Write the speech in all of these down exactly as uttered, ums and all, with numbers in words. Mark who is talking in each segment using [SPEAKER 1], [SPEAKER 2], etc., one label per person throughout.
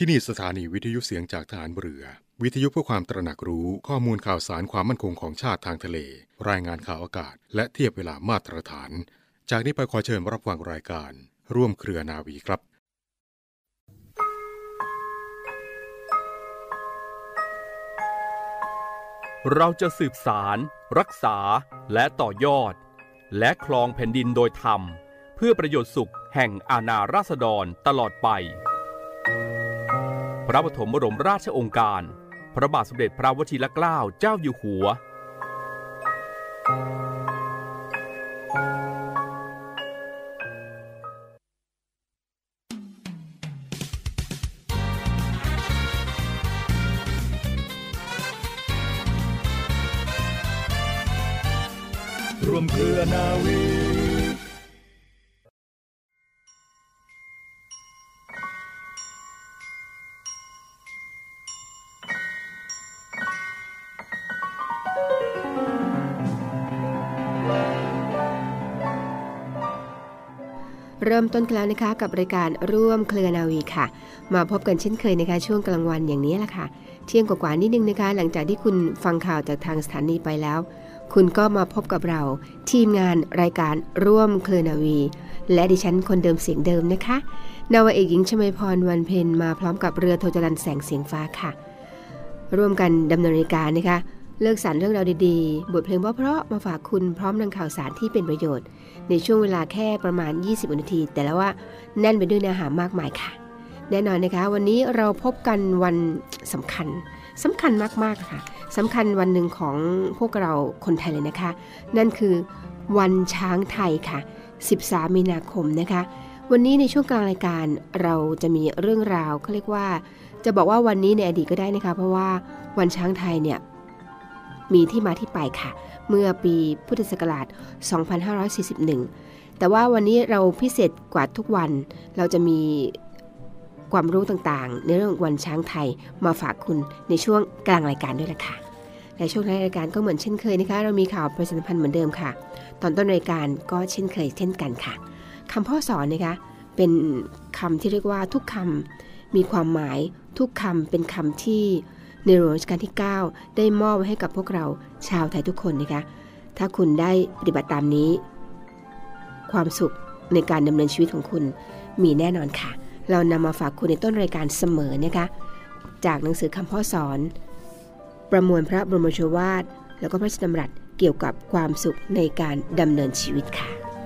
[SPEAKER 1] ที่นี่สถานีวิทยุเสียงจากทหารเรือวิทยุเพื่อความตระหนักรู้ข้อมูลข่าวสารความมั่นคงของชาติทางทะเลรายงานข่าวอากาศและเทียบเวลามาตรฐานจากนี้ไปขอเชิญรับฟังรายการร่วมเครือนาวีครับ
[SPEAKER 2] เราจะสืบสารรักษาและต่อยอดและครองแผ่นดินโดยธรรมเพื่อประโยชน์สุขแห่งอาณาราษฎรตลอดไปพระปฐมบรมราชโองการพระบาทสมเด็จพระวชิรเกล้าเจ้าอยู่หัว
[SPEAKER 3] ร่วมเครือนาวี
[SPEAKER 4] เริ่มต้นกันแล้วนะคะกับรายการร่วมเครือนาวีค่ะมาพบกันเช่นเคยนะคะช่วงกลางวันอย่างนี้แหละค่ะเที่ยงกว่าๆนิดนึงนะคะหลังจากที่คุณฟังข่าวจากทางสถานีไปแล้วคุณก็มาพบกับเราทีมงานรายการร่วมเครือนาวีและดิฉันคนเดิมเสียงเดิมนะคะนาวาเอกหญิงชมาพรวันเพ็ญมาพร้อมกับเรือโทจรัญแสงเสียงฟ้าค่ะร่วมกันดำเนินรายการนะคะเลือกสรรเรื่องราวดีๆบทเพลงเพราะๆมาฝากคุณพร้อมนำข่าวสารที่เป็นประโยชน์ในช่วงเวลาแค่ประมาณยี่สิบนาทีแต่แล้วว่าแน่นไปด้วยเนื้อหามากมายค่ะแน่นอนนะคะวันนี้เราพบกันวันสำคัญสำคัญมากๆค่ะสำคัญวันหนึ่งของพวกเราคนไทยเลยนะคะนั่นคือวันช้างไทยค่ะสิบสามมีนาคมนะคะวันนี้ในช่วงกลางรายการเราจะมีเรื่องราวเขาเรียกว่าจะบอกว่าวันนี้ในอดีตก็ได้นะคะเพราะว่าวันช้างไทยเนี่ยมีที่มาที่ไปค่ะเมื่อปีพุทธศักราชสองพันห้าร้อยสี่สิบเอ็ดแต่ว่าวันนี้เราพิเศษกว่าทุกวันเราจะมีความรู้ต่างๆในเรื่องวันช้างไทยมาฝากคุณในช่วงกลางรายการด้วยล่ะค่ะและช่วงท้ายรายการก็เหมือนเช่นเคยนะคะเรามีข่าวประชาสัมพันธ์เหมือนเดิมค่ะตอนต้นรายการก็เช่นเคยเช่นกันค่ะคำพ่อสอนนะคะเป็นคำที่เรียกว่าทุกคำมีความหมายทุกคำเป็นคำที่ในหลวงรัชกาลที่เก้าได้มอบไว้ให้กับพวกเราชาวไทยทุกคนนะคะถ้าคุณได้ปฏิบัติตามนี้ความสุขในการดำเนินชีวิตของคุณมีแน่นอนค่ะเรานำมาฝากคุณในต้นรายการเสมอนะคะจากหนังสือคำพ่อสอนประมวลพระบรมโชวาทแล้วก็พระราชดำรัสเกี่ยวกับความสุขในการดำเนินชีวิตค่ะ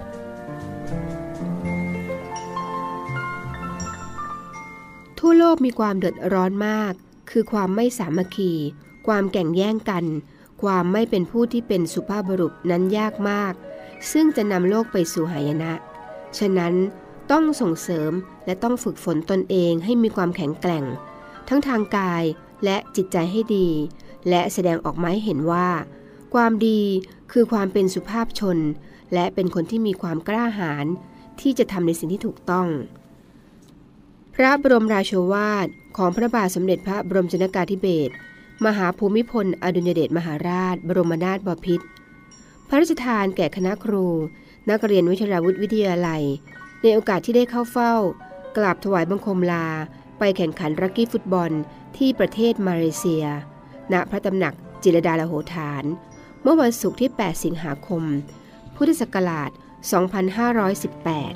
[SPEAKER 4] ทั่วโลกมีความเดือดร้อนมากคือความไม่สามัคคีความแข่งแย่งกันความไม่เป็นผู้ที่เป็นสุภาพบุรุษนั้นยากมากซึ่งจะนำโลกไปสู่หายนะฉะนั้นต้องส่งเสริมและต้องฝึกฝนตนเองให้มีความแข็งแกร่งทั้งทางกายและจิตใจให้ดีและแสดงออกมาให้เห็นว่าความดีคือความเป็นสุภาพชนและเป็นคนที่มีความกล้าหาญที่จะทำในสิ่งที่ถูกต้องพระบรมราโชวาทของพระบาทสมเด็จพระบรมชนกาธิเบศรมหาภูมิพลอดุลยเดชมหาราชบรมนาถบพิตรพระราชทานแก่คณะครูนักเรียนวิทยาวุฒิวิทยาลัยในโอกาสที่ได้เข้าเฝ้ากราบถวายบังคมลาไปแข่งขันรักกี้ฟุตบอลที่ประเทศมาเลเซียณพระตำหนักจิรดาลโหฐานเมื่อวันศุกร์ที่แปดสิงหาคมพุทธศักราชสองพันห้าร้อยสิบแปด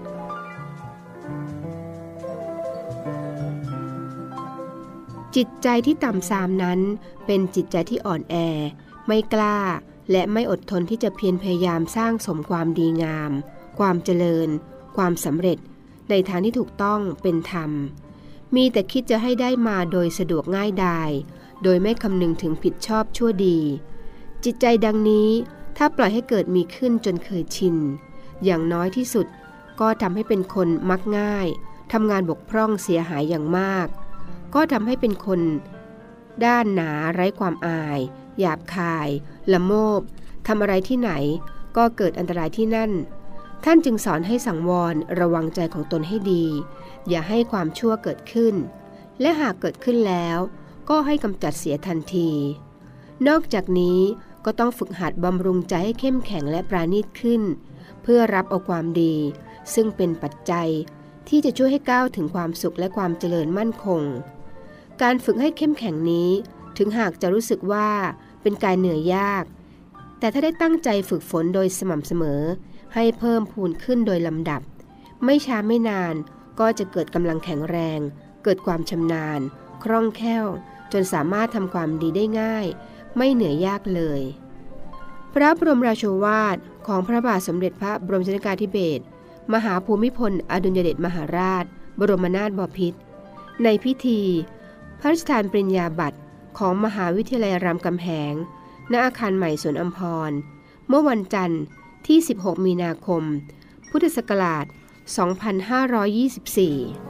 [SPEAKER 4] จิตใจที่ต่ำทรามนั้นเป็นจิตใจที่อ่อนแอไม่กล้าและไม่อดทนที่จะเพียรพยายามสร้างสมความดีงามความเจริญความสำเร็จในทางที่ถูกต้องเป็นธรรมมีแต่คิดจะให้ได้มาโดยสะดวกง่ายดายโดยไม่คำนึงถึงผิดชอบชั่วดีจิตใจดังนี้ถ้าปล่อยให้เกิดมีขึ้นจนเคยชินอย่างน้อยที่สุดก็ทำให้เป็นคนมักง่ายทำงานบกพร่องเสียหายอย่างมากก็ทำให้เป็นคนด้านหนาไร้ความอายหยาบคายละโมบทำอะไรที่ไหนก็เกิดอันตรายที่นั่นท่านจึงสอนให้สังวรระวังใจของตนให้ดีอย่าให้ความชั่วเกิดขึ้นและหากเกิดขึ้นแล้วก็ให้กำจัดเสียทันทีนอกจากนี้ก็ต้องฝึกหัดบำรุงใจให้เข้มแข็งและปราณีตขึ้นเพื่อรับเอาความดีซึ่งเป็นปัจจัยที่จะช่วยให้ก้าวถึงความสุขและความเจริญมั่นคงการฝึกให้เข้มแข็งนี้ถึงหากจะรู้สึกว่าเป็นการเหนื่อยยากแต่ถ้าได้ตั้งใจฝึกฝนโดยสม่ำเสมอให้เพิ่มพูนขึ้นโดยลำดับไม่ช้าไม่นานก็จะเกิดกำลังแข็งแรงเกิดความชำนาญคล่องแคล่วจนสามารถทำความดีได้ง่ายไม่เหนื่อยยากเลยพระบรมราโชวาทของพระบาทสมเด็จพระบรมชนกาธิเบศรมหาภูมิพลอดุลยเดชมหาราชบรมนาถบพิตรในพิธีพระราชทานปริญญาบัตรของมหาวิทยาลัยรามคำแหงณอาคารใหม่สวนอัมพรเมื่อวันจันทร์ที่สิบหกมีนาคมพุทธศักราชสองพันห้าร้อยยี่สิบสี่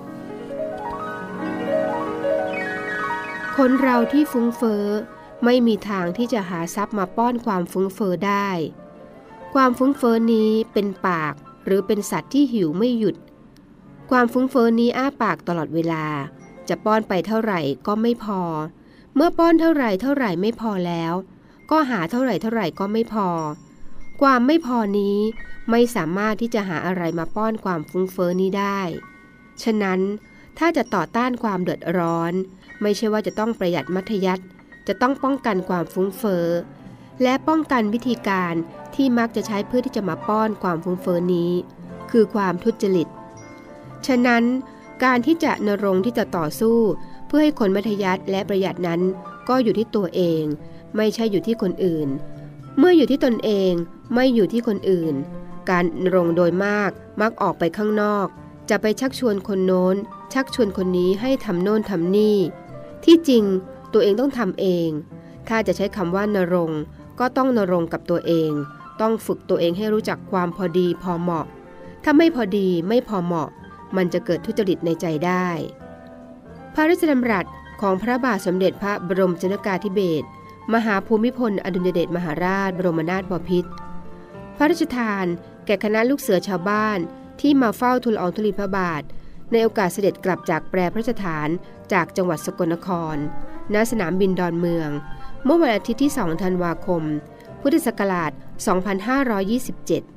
[SPEAKER 4] คนเราที่ฟุ้งเฟ้อไม่มีทางที่จะหาทรัพย์มาป้อนความฟุ้งเฟ้อได้ความฟุ้งเฟ้อนี้เป็นปากหรือเป็นสัตว์ที่หิวไม่หยุดความฟุ้งเฟ้อนี้อ้าปากตลอดเวลาจะป้อนไปเท่าไหร่ก็ไม่พอเมื่อป้อนเท่าไหร่เท่าไหร่ไม่พอแล้วก็หาเท่าไหร่เท่าไหร่ก็ไม่พอความไม่พอนี้ไม่สามารถที่จะหาอะไรมาป้อนความฟุ้งเฟ้อนี้ได้ฉะนั้นถ้าจะต่อต้านความเดือดร้อนไม่ใช่ว่าจะต้องประหยัดมัธยัสถ์จะต้องป้องกันความฟุ้งเฟ้อและป้องกันวิธีการที่มักจะใช้เพื่อที่จะมาป้อนความฟุ้งเฟ้อนี้คือความทุจริตฉะนั้นการที่จะณรงค์ที่จะต่อสู้เพื่อให้คนมัธยัสถ์และประหยัดนั้นก็อยู่ที่ตัวเองไม่ใช่อยู่ที่คนอื่นเมื่ออยู่ที่ตนเองไม่อยู่ที่คนอื่นการณรงค์โดยมากมักออกไปข้างนอกจะไปชักชวนคนโน้นชักชวนคนนี้ให้ทำโน่นทำนี่ที่จริงตัวเองต้องทำเองถ้าจะใช้คำว่าณรงค์ก็ต้องณรงค์กับตัวเองต้องฝึกตัวเองให้รู้จักความพอดีพอเหมาะถ้าไม่พอดีไม่พอเหมาะมันจะเกิดทุจริตในใจได้พระราชดำรัสของพระบาทสมเด็จพระบรมชนกาธิเบศรมหาภูมิพลอดุลยเดชมหาราชบรมนาถบพิตรพระราชทานแก่คณะลูกเสือชาวบ้านที่มาเฝ้าทูลละอองธุลีพระบาทในโอกาสเสด็จกลับจากแปรพระราชฐานจากจังหวัดสกลนครณสนามบินดอนเมืองเมื่อวันอาทิตย์ที่สองธันวาคมพุทธศักราชสองพันห้าร้อยยี่สิบเจ็ด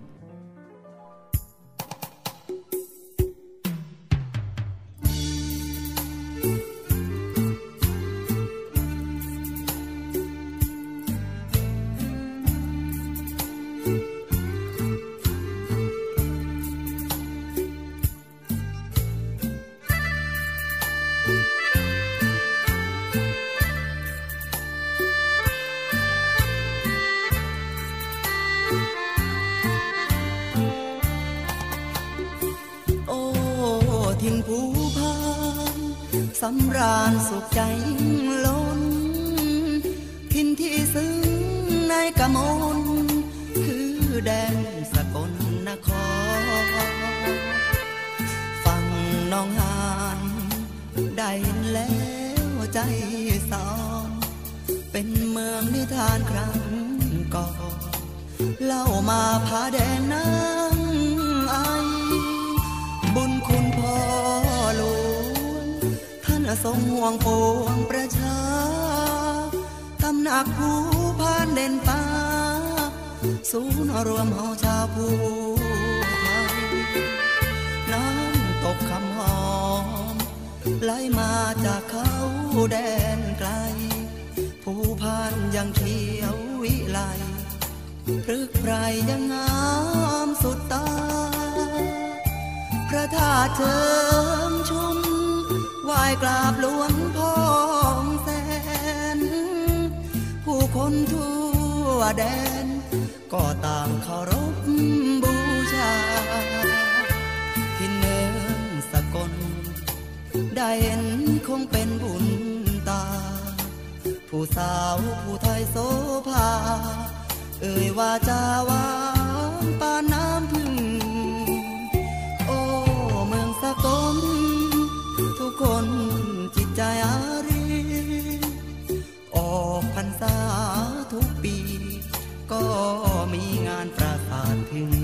[SPEAKER 5] สำราญสุขใจล้นทินที่ซึ้งในกมลคือแดนสกลนครฟังน้องหานได้เห็นแล้วใจสอนเป็นเมืองนิทานครั้งก่อนเล่ามาพาแดงนางไอบุญคุณพ่อหลวงทรงห่วงปวงประชาตำหนักภูพานเด่นฟ้าศูนย์รวมเฮาชาวภูไทยน้ำตกคำหอมไหลมาจากเขาแดนไกลภูพานยังเขียววิไลพฤกษ์ไพรยังงามสุดตาพระธาตุเชิงชุมไหว้กราบหลวงพ่อแสนผู้คนทั่วแดนก็ต่างเคารพบูชาที่เนินสกลได้เห็นคงเป็นบุญตาผู้สาวผู้ไทยโสภาเอ่ยว่าจาหวานปานน้ำพึ่งโอ้เมืองสกลทุกคนจิตใจอารีออกพรรษาทุกปีก็มีงานประสาทถึง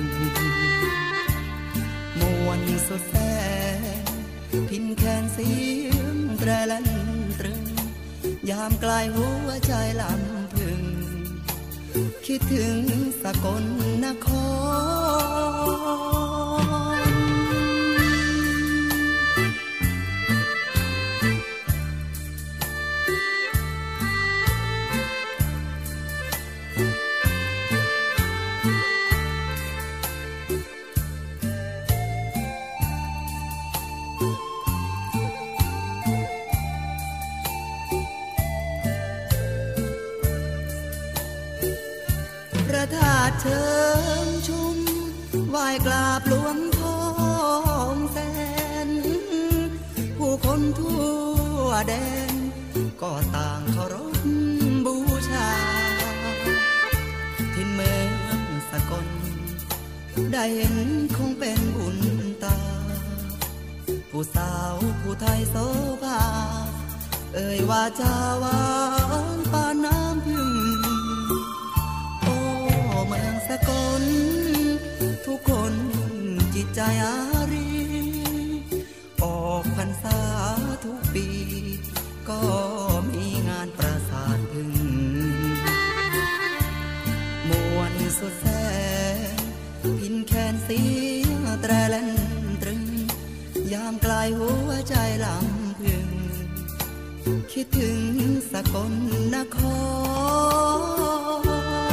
[SPEAKER 5] มวลสุดแสนพินแคนเสียงแตรลันตรึงยามไกลหัวใจลำพึงคิดถึงสกลนครธาตุเชิงชุมไหว้กราบหลวงพ่อแสนผู้คนทั่วแดนก็ต่างเคารพบูชาทินเมืองสกลได้เห็นคงเป็นบุญตาผู้สาวผู้ไทยโสภาเอ่ยว่าจาหวานปานน้ำพึ่งโอ้เมืองสกลทุกคนจิตใจอารีออกพรรษาทุกปีก็มีงานประสาทพึ่งมวนสุดแสนพินแคนเสียงแตรเล่นตรึงยามไกลหัวใจลำพึงคิดถึงสกลนคร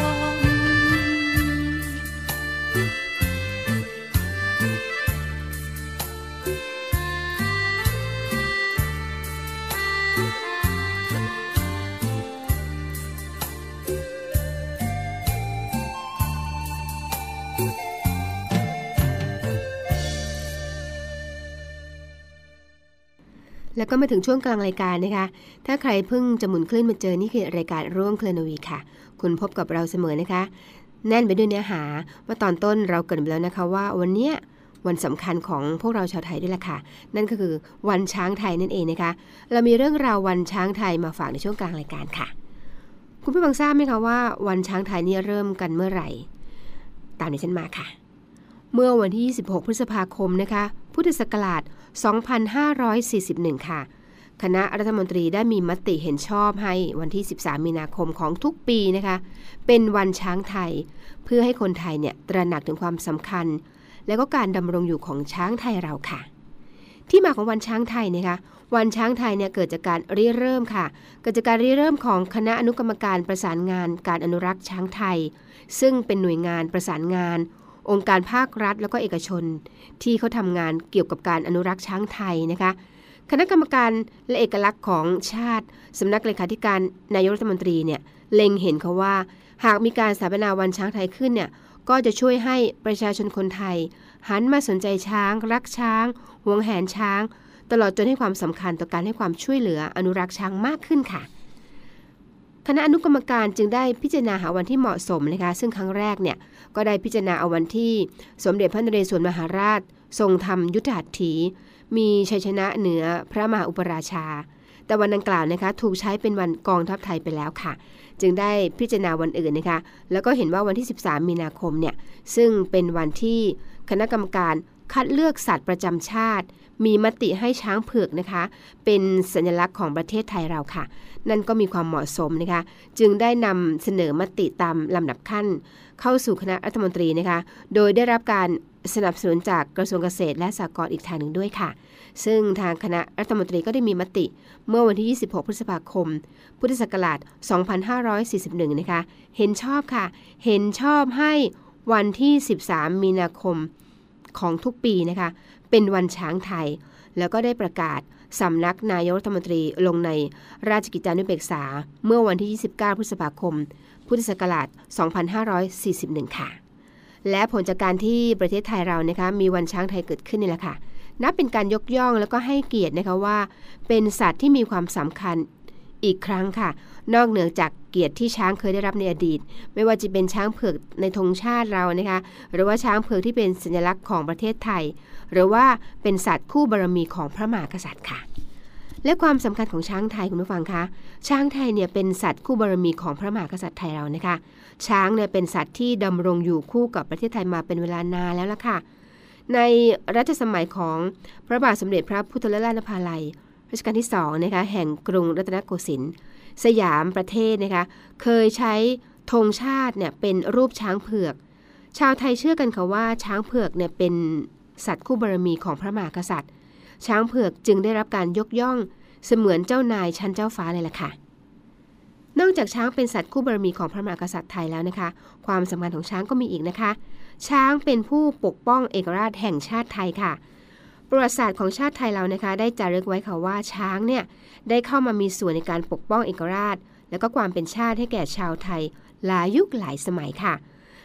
[SPEAKER 4] แล้วก็มาถึงช่วงกลางรายการนะคะถ้าใครเพิ่งจะหมุนคลื่นมาเจอนี่คือรายการร่วมเคลนวีค่ะคุณพบกับเราเสมอนะคะแน่นไปด้วยเนื้อหาเมื่อตอนต้นเราเกริ่นไปแล้วนะคะว่าวันนี้วันสำคัญของพวกเราชาวไทยด้วยล่ะค่ะนั่นก็คือวันช้างไทยนั่นเองนะคะเรามีเรื่องราววันช้างไทยมาฝากในช่วงกลางรายการค่ะคุณผู้ฟังทราบไหมคะว่าวันช้างไทยนี่เริ่มกันเมื่อไหร่ตามดิฉันมาค่ะเมื่อวันที่ยี่สิบหกพฤษภาคมนะคะพุทธศักราชสองพันห้าร้อยสี่สิบเอ็ด ค่ะคณะรัฐมนตรีได้มีมติเห็นชอบให้วันที่สิบสามมีนาคมของทุกปีนะคะเป็นวันช้างไทยเพื่อให้คนไทยเนี่ยตระหนักถึงความสำคัญและก็การดำรงอยู่ของช้างไทยเราค่ะที่มาของวันช้างไทยนะคะวันช้างไทยเนี่ยเกิดจากการริเริ่มค่ะเกิดจากการริเริ่มของคณะอนุกรรมการประสานงานการอนุรักษ์ช้างไทยซึ่งเป็นหน่วยงานประสานงานองค์การภาครัฐแล้วก็เอกชนที่เขาทำงานเกี่ยวกับการอนุรักษ์ช้างไทยนะคะคณะกรรมการและเอกลักษณ์ของชาติสำนักเลขาธิการนายกรัฐมนตรีเนี่ยเล็งเห็นเขาว่าหากมีการสถาปนาวันช้างไทยขึ้นเนี่ยก็จะช่วยให้ประชาชนคนไทยหันมาสนใจช้างรักช้างหวงแหนช้างตลอดจนให้ความสำคัญต่อการให้ความช่วยเหลืออนุรักษ์ช้างมากขึ้นค่ะคณะอนุกรรมการจึงได้พิจารณาหาวันที่เหมาะสมนะคะซึ่งครั้งแรกเนี่ยก็ได้พิจารณาเอาวันที่สมเด็จพระนเรศวรมหาราชทรงทำยุทธหัตถีมีชัยชนะเหนือพระมหาอุปราชาแต่วันดังกล่าวนะคะถูกใช้เป็นวันกองทัพไทยไปแล้วค่ะจึงได้พิจารณาวันอื่นนะคะแล้วก็เห็นว่าวันที่สิบสามมีนาคมเนี่ยซึ่งเป็นวันที่คณะกรรมการคัดเลือกสัตว์ประจำชาติมีมติให้ช้างเผือกนะคะเป็นสัญลักษณ์ของประเทศไทยเราค่ะนั่นก็มีความเหมาะสมนะคะจึงได้นำเสนอมติตามลำดับขั้นเข้าสู่คณะรัฐมนตรีนะคะโดยได้รับการสนับสนุนจากกระทรวงเกษตรและสหกรณ์อีกทางหนึ่งด้วยค่ะซึ่งทางคณะรัฐมนตรีก็ได้มีมติเมื่อวันที่ยี่สิบหกพฤษภาคมพุทธศักราชสองพันห้าร้อยสี่สิบเอ็ดนะคะเห็นชอบค่ะเห็นชอบให้วันที่สิบสามมีนาคมของทุกปีนะคะเป็นวันช้างไทยแล้วก็ได้ประกาศสำนักนายกรัฐมนตรีลงในราชกิจจานุเบกษาเมื่อวันที่ยี่สิบเก้าพฤษภาคมพุทธศักราชสองพันห้าร้อยสี่สิบเอ็ดค่ะและผลจากการที่ประเทศไทยเรานะคะมีวันช้างไทยเกิดขึ้นนี่แหละค่ะนับเป็นการยกย่องแล้วก็ให้เกียรตินะคะว่าเป็นสัตว์ที่มีความสำคัญอีกครั้งค่ะนอกเหนือจากเกียรติที่ช้างเคยได้รับในอดีตไม่ว่าจะเป็นช้างเผือกในธงชาติเรานะคะหรือว่าช้างเผือกที่เป็นสัญลักษณ์ของประเทศไทยหรือว่าเป็นสัตว์คู่บารมีของพระมหากษัตริย์ค่ะและความสำคัญของช้างไทยคุณผู้ฟังคะช้างไทยเนี่ยเป็นสัตว์คู่บารมีของพระมหากษัตริย์ไทยเรานะคะช้างเนี่ยเป็นสัตว์ที่ดำรงอยู่คู่กับประเทศไทยมาเป็นเวลานานแล้วล่ะค่ะในรัชสมัยของพระบาทสมเด็จพระพุทธราชนภาลัยรัชกาลที่สองนะคะแห่งกรุงรัตนโกสินทร์สยามประเทศนะคะเคยใช้ธงชาติเนี่ยเป็นรูปช้างเผือกชาวไทยเชื่อกันค่ะว่าช้างเผือกเนี่ยเป็นสัตว์คู่บารมีของพระมหากษัตริย์ช้างเผือกจึงได้รับการยกย่องเสมือนเจ้านายชั้นเจ้าฟ้าเลยล่ะค่ะนอกจากช้างเป็นสัตว์คู่บารมีของพระมหากษัตริย์ไทยแล้วนะคะความสำคัญของช้างก็มีอีกนะคะช้างเป็นผู้ปกป้องเอกราชแห่งชาติไทยค่ะประวัติศาสตร์ของชาติไทยเรานะคะได้จารึกไว้ค่ะว่าช้างเนี่ยได้เข้ามามีส่วนในการปกป้องเอกราชและก็ความเป็นชาติให้แก่ชาวไทยหลายยุคหลายสมัยค่ะ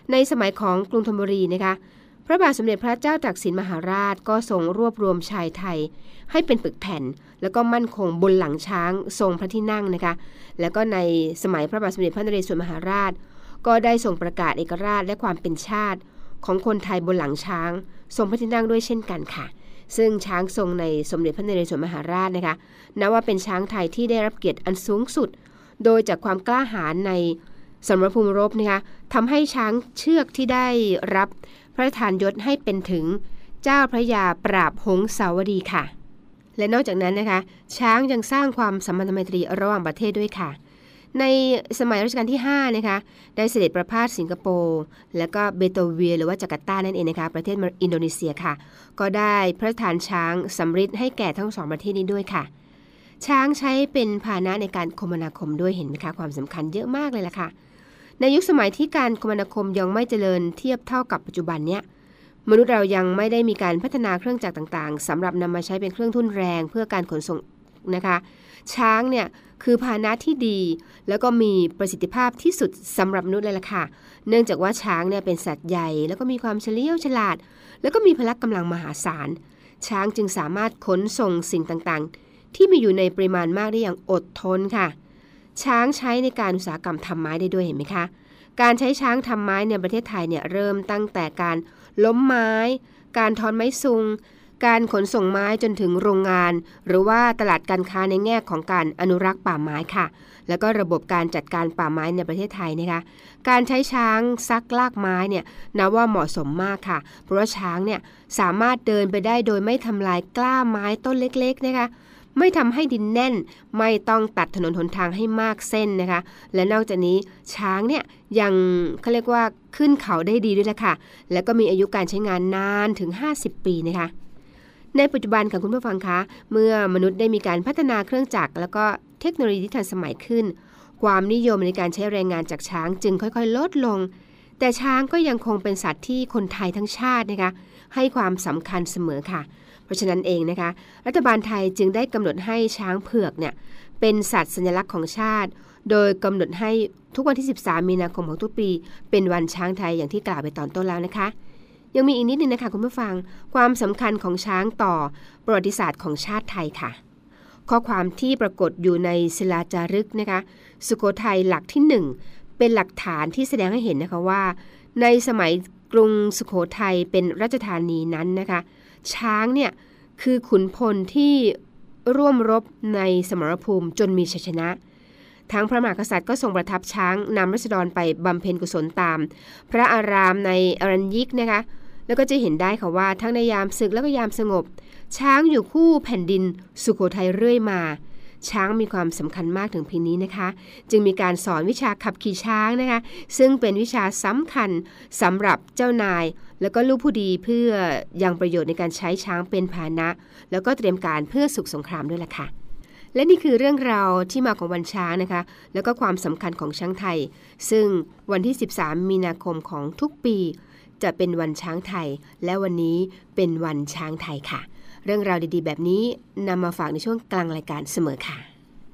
[SPEAKER 4] ในสมัยของกรุงธนบุรีนะคะพระบาทสมเด็จพระเจ้าตากสินมหาราชก็ทรงรวบรวมชายไทยให้เป็นปึกแผ่นแล้วก็มั่นคงบนหลังช้างทรงพระที่นั่งนะคะแล้วก็ในสมัยพระบาทสมเด็จพระนเรศวรมหาราชก็ได้ทรงประกาศเอกราชและความเป็นชาติของคนไทยบนหลังช้างทรงพระที่นั่งด้วยเช่นกันค่ะซึ่งช้างทรงในสมเด็จพระนเรศวรมหาราชนะคะนับว่าเป็นช้างไทยที่ได้รับเกียรติอันสูงสุดโดยจากความกล้าหาญในสมรภูมิรบนะคะทำให้ช้างเชือกที่ได้รับพระราชทานยศให้เป็นถึงเจ้าพระยาปราบหงสาวดีค่ะและนอกจากนั้นนะคะช้างยังสร้างความสัมพันธไมตรีระหว่างประเทศด้วยค่ะในสมัยรัชกาลที่ห้านะคะได้เสด็จประพาสสิงคโปร์และก็เบโตเวียหรือว่าจาการ์ตานั่นเองนะคะประเทศอินโดนีเซียค่ะก็ได้พระราชทานช้างสำริดให้แก่ทั้งสองประเทศนี้ด้วยค่ะช้างใช้เป็นพาหนะในการคมนาคมด้วยเห็นไหมคะความสำคัญเยอะมากเลยล่ะค่ะในยุคสมัยที่การคมนาคมยังไม่เจริญเทียบเท่ากับปัจจุบันเนี้ยมนุษย์เรายังไม่ได้มีการพัฒนาเครื่องจักรต่างๆสำหรับนำมาใช้เป็นเครื่องทุ่นแรงเพื่อการขนส่งนะคะช้างเนี่ยคือพาหนะที่ดีแล้วก็มีประสิทธิภาพที่สุดสำหรับมนุษย์เลยล่ะค่ะเนื่องจากว่าช้างเนี่ยเป็นสัตว์ใหญ่แล้วก็มีความเฉลียวฉลาดแล้วก็มีพละกำลังมหาศาลช้างจึงสามารถขนส่งสิ่งต่างๆที่มีอยู่ในปริมาณมากได้อย่างอดทนค่ะช้างใช้ในการอุตสาหกรรมทำไม้ได้ด้วยเห็นไหมคะการใช้ช้างทำไม้ในประเทศไทยเนี่ยเริ่มตั้งแต่การล้มไม้การทอนไม้ซุงการขนส่งไม้จนถึงโรงงานหรือว่าตลาดการค้าในแง่ของการอนุรักษ์ป่าไม้ค่ะแล้วก็ระบบการจัดการป่าไม้ในประเทศไทยนะคะการใช้ช้างซักลากไม้เนี่ยนับว่าเหมาะสมมากค่ะเพราะว่าช้างเนี่ยสามารถเดินไปได้โดยไม่ทำลายกล้าไม้ต้นเล็กๆนะคะไม่ทำให้ดินแน่นไม่ต้องตัดถนนหนทางให้มากเส้นนะคะและนอกจากนี้ช้างเนี่ยยังเขาเรียกว่าขึ้นเขาได้ดีด้วยนะคะแล้วก็มีอายุการใช้งานนานถึงห้าสิบปีนะคะในปัจจุบันค่ะคุณผู้ฟังคะเมื่อมนุษย์ได้มีการพัฒนาเครื่องจักรแล้วก็เทคโนโลยีที่ทันสมัยขึ้นความนิยมในการใช้แรงงานจากช้างจึงค่อยๆลดลงแต่ช้างก็ยังคงเป็นสัตว์ที่คนไทยทั้งชาตินะคะให้ความสำคัญเสมอค่ะเพราะฉะนั้นเองนะคะรัฐบาลไทยจึงได้กำหนดให้ช้างเผือกเนี่ยเป็นสัตว์สัญลักษณ์ของชาติโดยกำหนดให้ทุกวันที่สิบสามมีนาคมของทุกปีเป็นวันช้างไทยอย่างที่กล่าวไปตอนต้นแล้วนะคะยังมีอีกนิดนึงนะคะคุณผู้ฟังความสำคัญของช้างต่อประวัติศาสตร์ของชาติไทยค่ะข้อความที่ปรากฏอยู่ในศิลาจารึกนะคะสุโขทัยหลักที่หนึ่งเป็นหลักฐานที่แสดงให้เห็นนะคะว่าในสมัยกรุงสุโขทัยเป็นราชธานีนั้นนะคะช้างเนี่ยคือขุนพลที่ร่วมรบในสมรภูมิจนมีชัยชนะทั้งพระมหากษัตริย์ก็ทรงประทับช้างนำราษฎรไปบำเพ็ญกุศลตามพระอารามในอรัญญิกนะคะแล้วก็จะเห็นได้ค่ะว่าทั้งในยามศึกแล้วก็ยามสงบช้างอยู่คู่แผ่นดินสุโขทัยเรื่อยมาช้างมีความสำคัญมากถึงเพียงนี้นะคะจึงมีการสอนวิชาขับขี่ช้างนะคะซึ่งเป็นวิชาสำคัญสำหรับเจ้านายแล้วก็ลูกผู้ดีเพื่อยังประโยชน์ในการใช้ช้างเป็นพาหนะแล้วก็เตรียมการเพื่อศึกสงครามด้วยล่ะค่ะและนี่คือเรื่องราวที่มาของวันช้างนะคะแล้วก็ความสำคัญของช้างไทยซึ่งวันที่สิบสามมีนาคมของทุกปีจะเป็นวันช้างไทยและวันนี้เป็นวันช้างไทยค่ะเรื่องราวดีๆแบบนี้นำมาฝากในช่วงกลางรายการเสมอค่ะ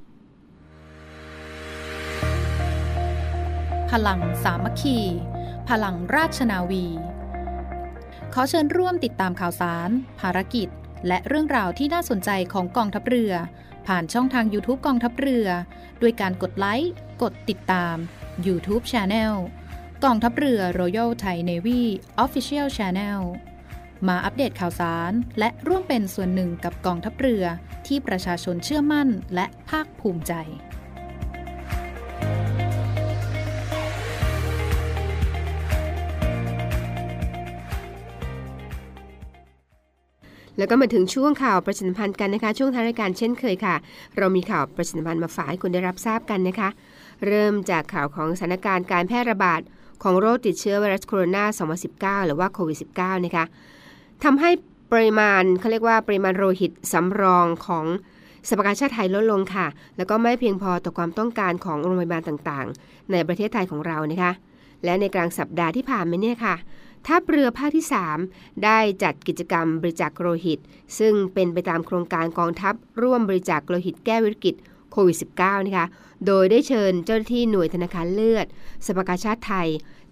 [SPEAKER 6] พลังสามัคคีพลังราชนาวีขอเชิญร่วมติดตามข่าวสารภารกิจและเรื่องราวที่น่าสนใจของกองทัพเรือผ่านช่องทาง YouTube กองทัพเรือด้วยการกดไลค์กดติดตาม YouTube Channel กองทัพเรือ Royal Thai Navy Official Channel มาอัปเดตข่าวสารและร่วมเป็นส่วนหนึ่งกับกองทัพเรือที่ประชาชนเชื่อมั่นและภาคภูมิใจ
[SPEAKER 4] แล้วก็มาถึงช่วงข่าวประชาสัมพันธ์กันนะคะช่วงท้ายรายการเช่นเคยค่ะเรามีข่าวประชาสัมพันธ์มาฝากให้คุณได้รับทราบกันนะคะเริ่มจากข่าวของสถานการณ์การแพร่ระบาดของโรคติดเชื้อไวรัสโคโรนาสองพันสิบเก้าหรือว่าโควิด สิบเก้า นะคะทำให้ปริมาณเขาเรียกว่าปริมาณโลหิตสำรองของสภากาชาติไทยลดลงค่ะแล้วก็ไม่เพียงพอต่อความต้องการของโรงพยาบาลต่างๆในประเทศไทยของเรานะคะและในกลางสัปดาห์ที่ผ่านมาเนี่ยค่ะทัพเรือภาคที่สามได้จัดกิจกรรมบริจาคโลหิตซึ่งเป็นไปตามโครงการกองทัพร่วมบริจาคโลหิตแก้วิกฤตโควิด สิบเก้า นะคะโดยได้เชิญเจ้าหน้าที่หน่วยธนาคารเลือดสภากาชาติไทย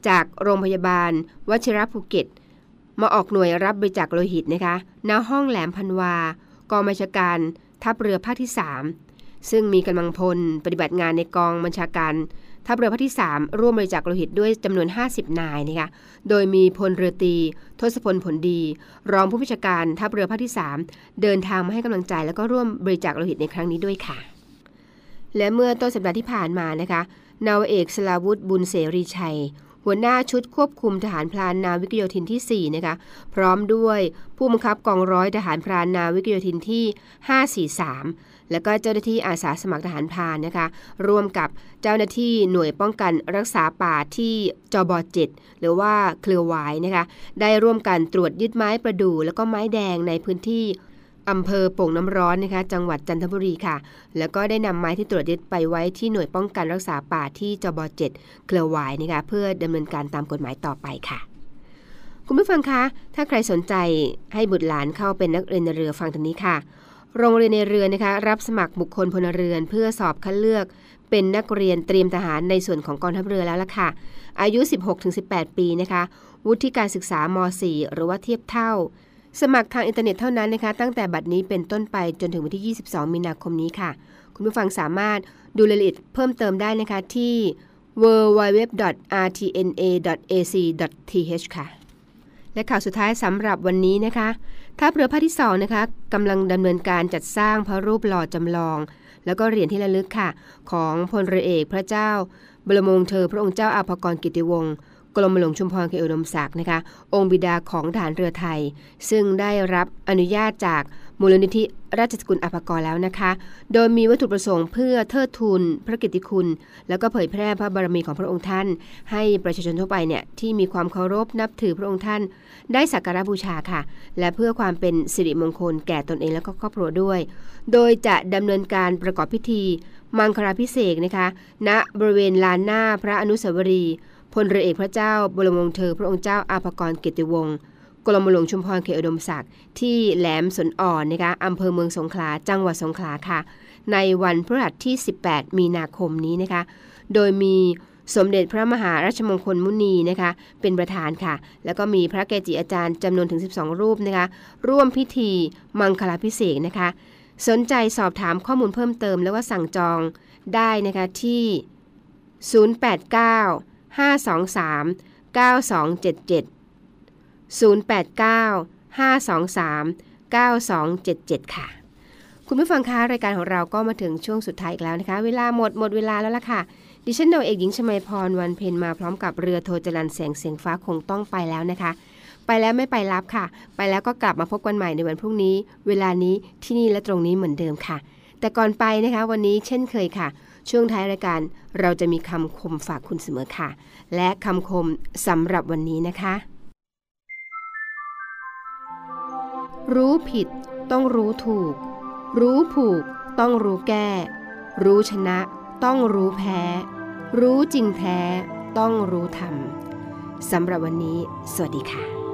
[SPEAKER 4] จากโรงพยาบาลวชิระภูเก็ตมาออกหน่วยรับบริจาคโลหิตนะคะณห้องแหลมพันวากองบัญชาการทัพเรือภาคที่สามซึ่งมีกำลังพลปฏิบัติงานในกองบัญชาการทัพเรือภาคที่สามร่วมบริจาคโลหิตด้วยจำนวนห้าสิบนายนะคะโดยมีพลเรือตรีทศพลผลดีรองผู้บัญชาการทัพเรือภาคที่สามเดินทางมาให้กำลังใจแล้วก็ร่วมบริจาคโลหิตในครั้งนี้ด้วยค่ะและเมื่อต้นสัปดาห์ที่ผ่านมานะคะนาวาเอกสลาวุธบุญเสรีชัยหัวหน้าชุดควบคุมทหารพรานนาวิกโยธินที่สี่นะคะพร้อมด้วยผู้บังคับกองร้อยทหารพรานนาวิกโยธินที่ห้าสี่สามแล้วก็เจ้าหน้าที่อาสาสมัครทหารพรานนะคะร่วมกับเจ้าหน้าที่หน่วยป้องกันรักษาป่าที่จบเจ็ดหรือว่าเครือวายนะคะได้ร่วมกันตรวจยึดไม้ประดู่แล้วก็ไม้แดงในพื้นที่อำเภอโป่งน้ำร้อนนะคะจังหวัดจันทบุรีค่ะแล้วก็ได้นำไม้ที่ตรวจยึดไปไว้ที่หน่วยป้องกันรักษาป่าที่จบเจ็ดเครือวายนะคะเพื่อดำเนินการตามกฎหมายต่อไปค่ะคุณผู้ฟังคะถ้าใครสนใจให้บุตรหลานเข้าเป็นนักเรียนในเรือฟังทางนี้ค่ะโรงเรียนในเรือนะคะรับสมัครบุคคลพลเรือนเพื่อสอบคัดเลือกเป็นนักเรียนเตรียมทหารในส่วนของกองทัพเรือแล้วล่ะค่ะอายุ สิบหกถึงสิบแปด ปีนะคะวุฒิการศึกษาม สี่ หรือว่าเทียบเท่าสมัครทางอินเทอร์เน็ตเท่านั้นนะคะตั้งแต่บัดนี้เป็นต้นไปจนถึงวันที่ยี่สิบสองมีนาคมนี้ค่ะคุณผู้ฟังสามารถดูรายละเอียดเพิ่มเติมได้นะคะที่ ดับเบิลยู ดับเบิลยู ดับเบิลยู ดอท อาร์ ที เอ็น เอ ดอท เอ ซี ดอท ที เอช ค่ะและข่าวสุดท้ายสำหรับวันนี้นะคะทัพเรือภาคที่สองนะคะกำลังดำเนินการจัดสร้างพระรูปหล่อจำลองแล้วก็เหรียญที่ระลึกค่ะของพลเรือเอกพระเจ้าบรมวงศ์เธอพระองค์เจ้าอาภากรกิติวงศ์กรมหลวงชุมพรเขตอุดมศักดิ์นะคะองค์บิดาของทหารเรือไทยซึ่งได้รับอนุญาตจากมูลนิธิราชสกุลอาภากรแล้วนะคะโดยมีวัตถุประสงค์เพื่อเทิดทูนพระกิตติคุณแล้วก็เผยแพร่พระบารมีของพระองค์ท่านให้ประชาชนทั่วไปเนี่ยที่มีความเคารพนับถือพระองค์ท่านได้สักการะบูชาค่ะและเพื่อความเป็นสิริมงคลแก่ตนเองและก็ครอบครัวด้วยโดยจะดำเนินการประกอบพิธีมังคลาภิเษกนะคะณบริเวณลานหน้าพระอนุสาวรีย์พลเรือเอกพระเจ้าบรมวงศ์เธอพระองค์เจ้าอาภากรกิติวงศ์กรมหลวงชุมพรเขตอุดมศักดิ์ที่แหลมสนอ่อนนะคะอำเภอเมืองสงขลาจังหวัดสงขลาค่ะในวันพฤหัสที่สิบแปดมีนาคมนี้นะคะโดยมีสมเด็จพระมหาราชมงคลมุนีนะคะเป็นประธานค่ะแล้วก็มีพระเกจิอาจารย์จำนวนถึงสิบสองรูปนะคะร่วมพิธีมังคลาภิเษกนะคะสนใจสอบถามข้อมูลเพิ่มเติมแล้วก็สั่งจองได้นะคะที่ศูนย์ แปด เก้า ห้า สอง สาม เก้า สอง เจ็ด เจ็ด ศูนย์ แปด เก้า ห้า สอง สาม เก้า สอง เจ็ด เจ็ดค่ะคุณผู้ฟังคะรายการของเราก็มาถึงช่วงสุดท้ายอีกแล้วนะคะเวลาหมดหมดเวลาแล้วล่ะค่ะดิฉันนาวาเอกหญิงชมาพรวันเพ็ญมาพร้อมกับเรือโทจรัญแสงเสียงฟ้าคงต้องไปแล้วนะคะไปแล้วไม่ไปรับค่ะไปแล้วก็กลับมาพบกันใหม่ในวันพรุ่งนี้เวลานี้ที่นี่และตรงนี้เหมือนเดิมค่ะแต่ก่อนไปนะคะวันนี้เช่นเคยค่ะช่วงท้ายรายการเราจะมีคำคมฝากคุณเสมอค่ะและคำคมสำหรับวันนี้นะคะรู้ผิดต้องรู้ถูกรู้ผูกต้องรู้แก้รู้ชนะต้องรู้แพ้รู้จริงแท้ต้องรู้ธรรมสำหรับวันนี้สวัสดีค่ะ